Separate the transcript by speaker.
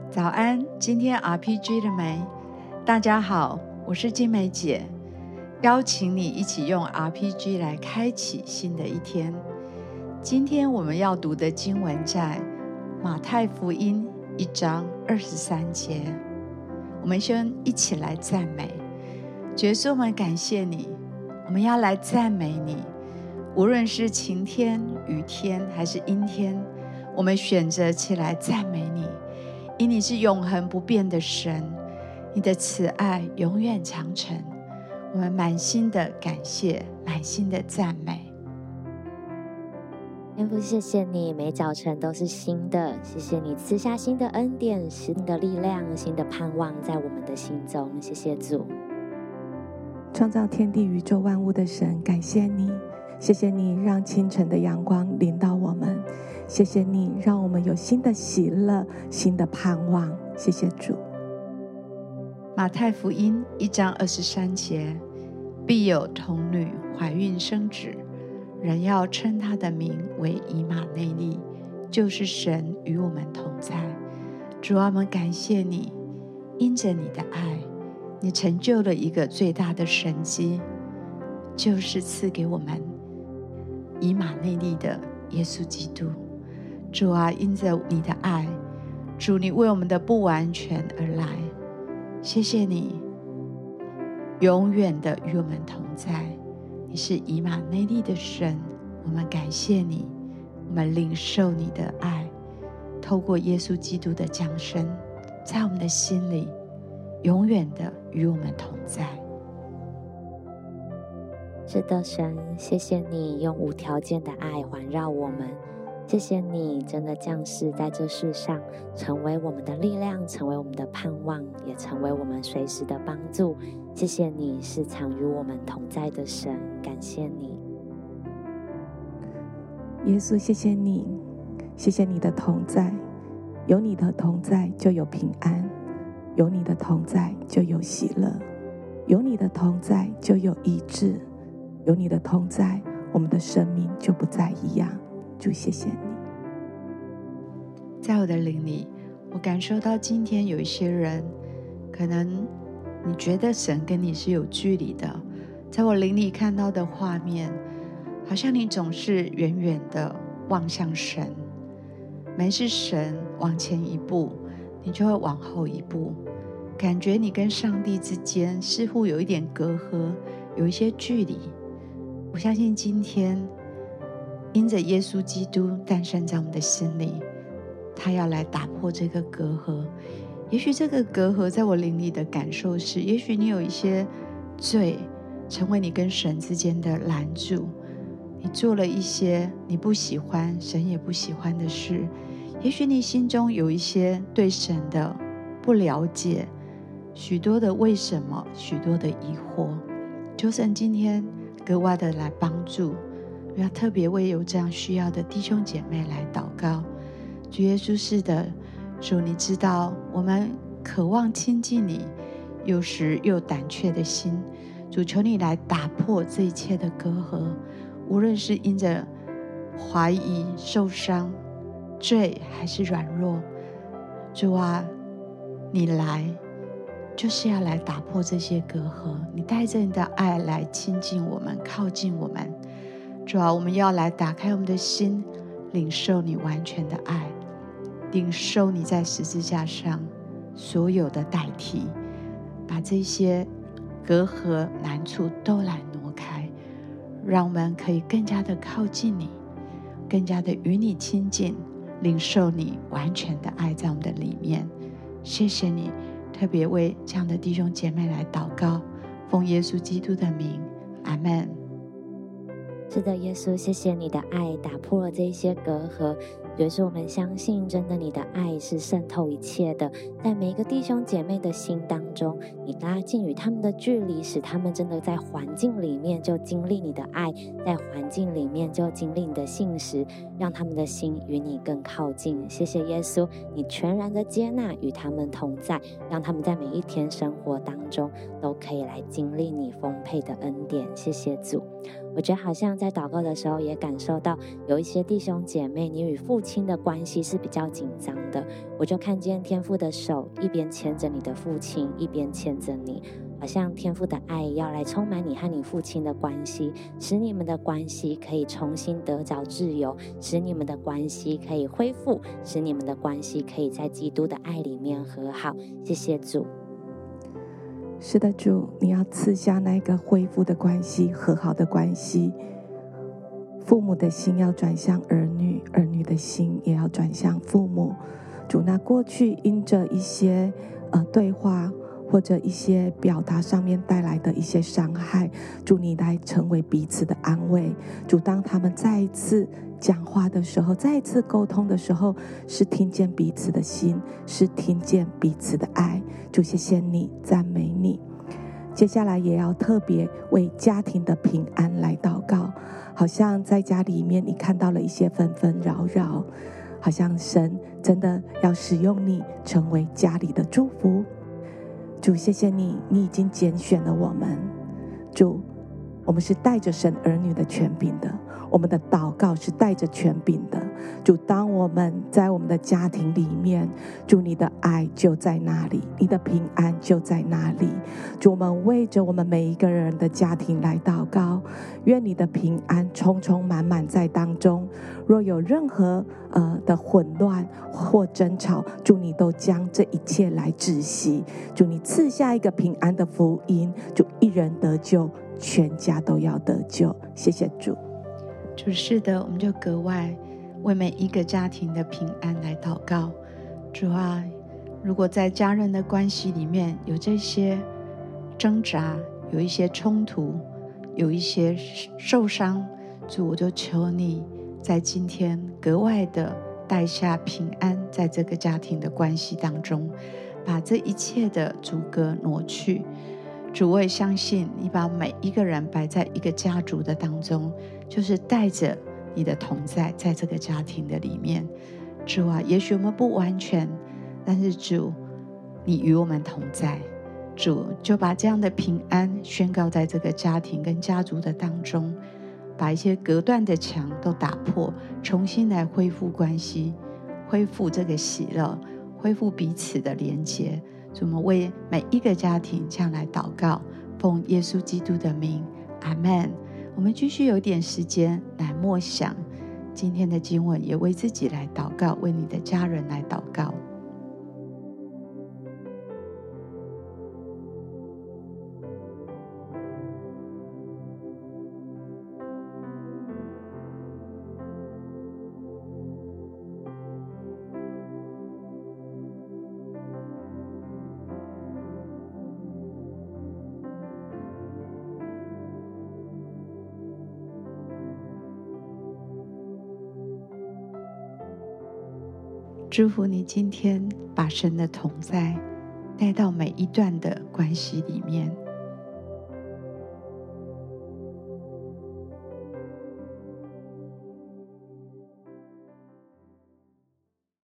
Speaker 1: 早安，今天 RPG 了没？大家好，我是金梅姐，邀请你一起用 RPG 来开启新的一天。今天我们要读的经文在马太福音1章23节。我们先一起来赞美，耶稣，我们感谢你，我们要来赞美你。无论是晴天、雨天还是阴天，我们选择起来赞美你，因你是永恒不变的神，你的慈爱永远长存。我们满心的感谢，满心的赞美。
Speaker 2: 天父，谢谢你，每早晨都是新的，谢谢你赐下新的恩典、新的力量、新的盼望在我们的心中。谢谢主，
Speaker 3: 创造天地宇宙万物的神，感谢你，谢谢你让清晨的阳光临到我们，谢谢你让我们有新的喜乐、新的盼望。谢谢主。
Speaker 1: 马太福音1章23节，必有童女怀孕生子，人要称他的名为以马内利，就是神与我们同在。主啊，我们感谢你，因着你的爱，你成就了一个最大的神迹，就是赐给我们以马内利的耶稣基督。主啊，因着你的爱，主，你为我们的不完全而来，谢谢你永远的与我们同在。你是以马内利的神，我们感谢你，我们领受你的爱，透过耶稣基督的降生，在我们的心里永远的与我们同在。
Speaker 2: 是的，神，谢谢你用无条件的爱环绕我们，谢谢你真的降世在这世上，成为我们的力量，成为我们的盼望，也成为我们随时的帮助。谢谢你是常与我们同在的神，感谢你。
Speaker 3: 耶稣，谢谢你，谢谢你的同在，有你的同在就有平安，有你的同在就有喜乐，有你的同在就有医治，有你的同在，我们的生命就不再一样。主，谢谢你。
Speaker 1: 在我的灵里，我感受到今天有一些人，可能你觉得神跟你是有距离的。在我灵里看到的画面，好像你总是远远的望向神，每次神往前一步，你就会往后一步，感觉你跟上帝之间似乎有一点隔阂，有一些距离。我相信今天因着耶稣基督诞生在我们的心里，他要来打破这个隔阂。也许这个隔阂在我灵里的感受是，也许你有一些罪成为你跟神之间的拦阻，你做了一些你不喜欢，神也不喜欢的事。也许你心中有一些对神的不了解，许多的为什么，许多的疑惑。求神今天格外的来帮助，要特别为有这样需要的弟兄姐妹来祷告。主耶稣，是的，主，你知道我们渴望亲近你，有时又胆怯的心。主，求你来打破这一切的隔阂，无论是因着怀疑、受伤、罪还是软弱。主啊，你来就是要来打破这些隔阂，你带着你的爱来亲近我们，靠近我们。主啊，我们要来打开我们的心，领受你完全的爱，领受你在十字架上所有的代替，把这些隔阂难处都来挪开，让我们可以更加的靠近你，更加的与你亲近，领受你完全的爱在我们的里面。谢谢你，特别为这样的弟兄姐妹来祷告，奉耶稣基督的名，阿们。
Speaker 2: 是的，耶稣，谢谢你的爱打破了这一些隔阂。也是我们相信，真的你的爱是渗透一切的，在每一个弟兄姐妹的心当中，你拉近与他们的距离，使他们真的在环境里面就经历你的爱，在环境里面就经历你的信实，让他们的心与你更靠近。谢谢耶稣，你全然的接纳与他们同在，让他们在每一天生活当中都可以来经历你丰沛的恩典。谢谢主。 我觉得好像在祷告的时候也感受到有一些弟兄姐妹，你与父亲的关系是比较紧张的。我就看见天父的手一边牵着你的父亲，一边牵着你，好像天父的爱要来充满你和你父亲的关系，使你们的关系可以重新得着自由，使你们的关系可以恢复，使你们的关系可以在基督的爱里面和好。谢谢主。
Speaker 3: 是的，主，你要赐下那个恢复的关系、和好的关系。父母的心要转向儿女，儿女的心也要转向父母。主，那过去因着一些对话或者一些表达上面带来的一些伤害，主，你来成为彼此的安慰。主，当他们再一次讲话的时候，再一次沟通的时候，是听见彼此的心，是听见彼此的爱。主，谢谢你，赞美你。接下来也要特别为家庭的平安来祷告，好像在家里面你看到了一些纷纷扰扰，好像神真的要使用你成为家里的祝福。主，谢谢你，你已经拣选了我们。主，我们是带着神儿女的权柄的，我们的祷告是带着权柄的。主，当我们在我们的家庭里面，主，你的爱就在那里，你的平安就在那里。主，我们为着我们每一个人的家庭来祷告，愿你的平安充充满满在当中。若有任何的混乱或争吵，主，你都将这一切来止息。主，你赐下一个平安的福音，主，一人得救，全家都要得救。谢谢主。
Speaker 1: 主，是的，我们就格外为每一个家庭的平安来祷告。主啊，如果在家人的关系里面有这些挣扎，有一些冲突，有一些受伤，主，我就求你在今天格外的带下平安，在这个家庭的关系当中，把这一切的阻隔挪去。主，我也相信你把每一个人摆在一个家族的当中，就是带着你的同在在这个家庭的里面。主啊，也许我们不完全，但是主，你与我们同在。主，就把这样的平安宣告在这个家庭跟家族的当中，把一些隔断的墙都打破，重新来恢复关系，恢复这个喜乐，恢复彼此的连结。主，我们为每一个家庭这样来祷告，奉耶稣基督的名，阿们。我们继续有点时间来默想今天的经文，也为自己来祷告，为你的家人来祷告。祝福你今天把神的同在带到每一段的关系里面。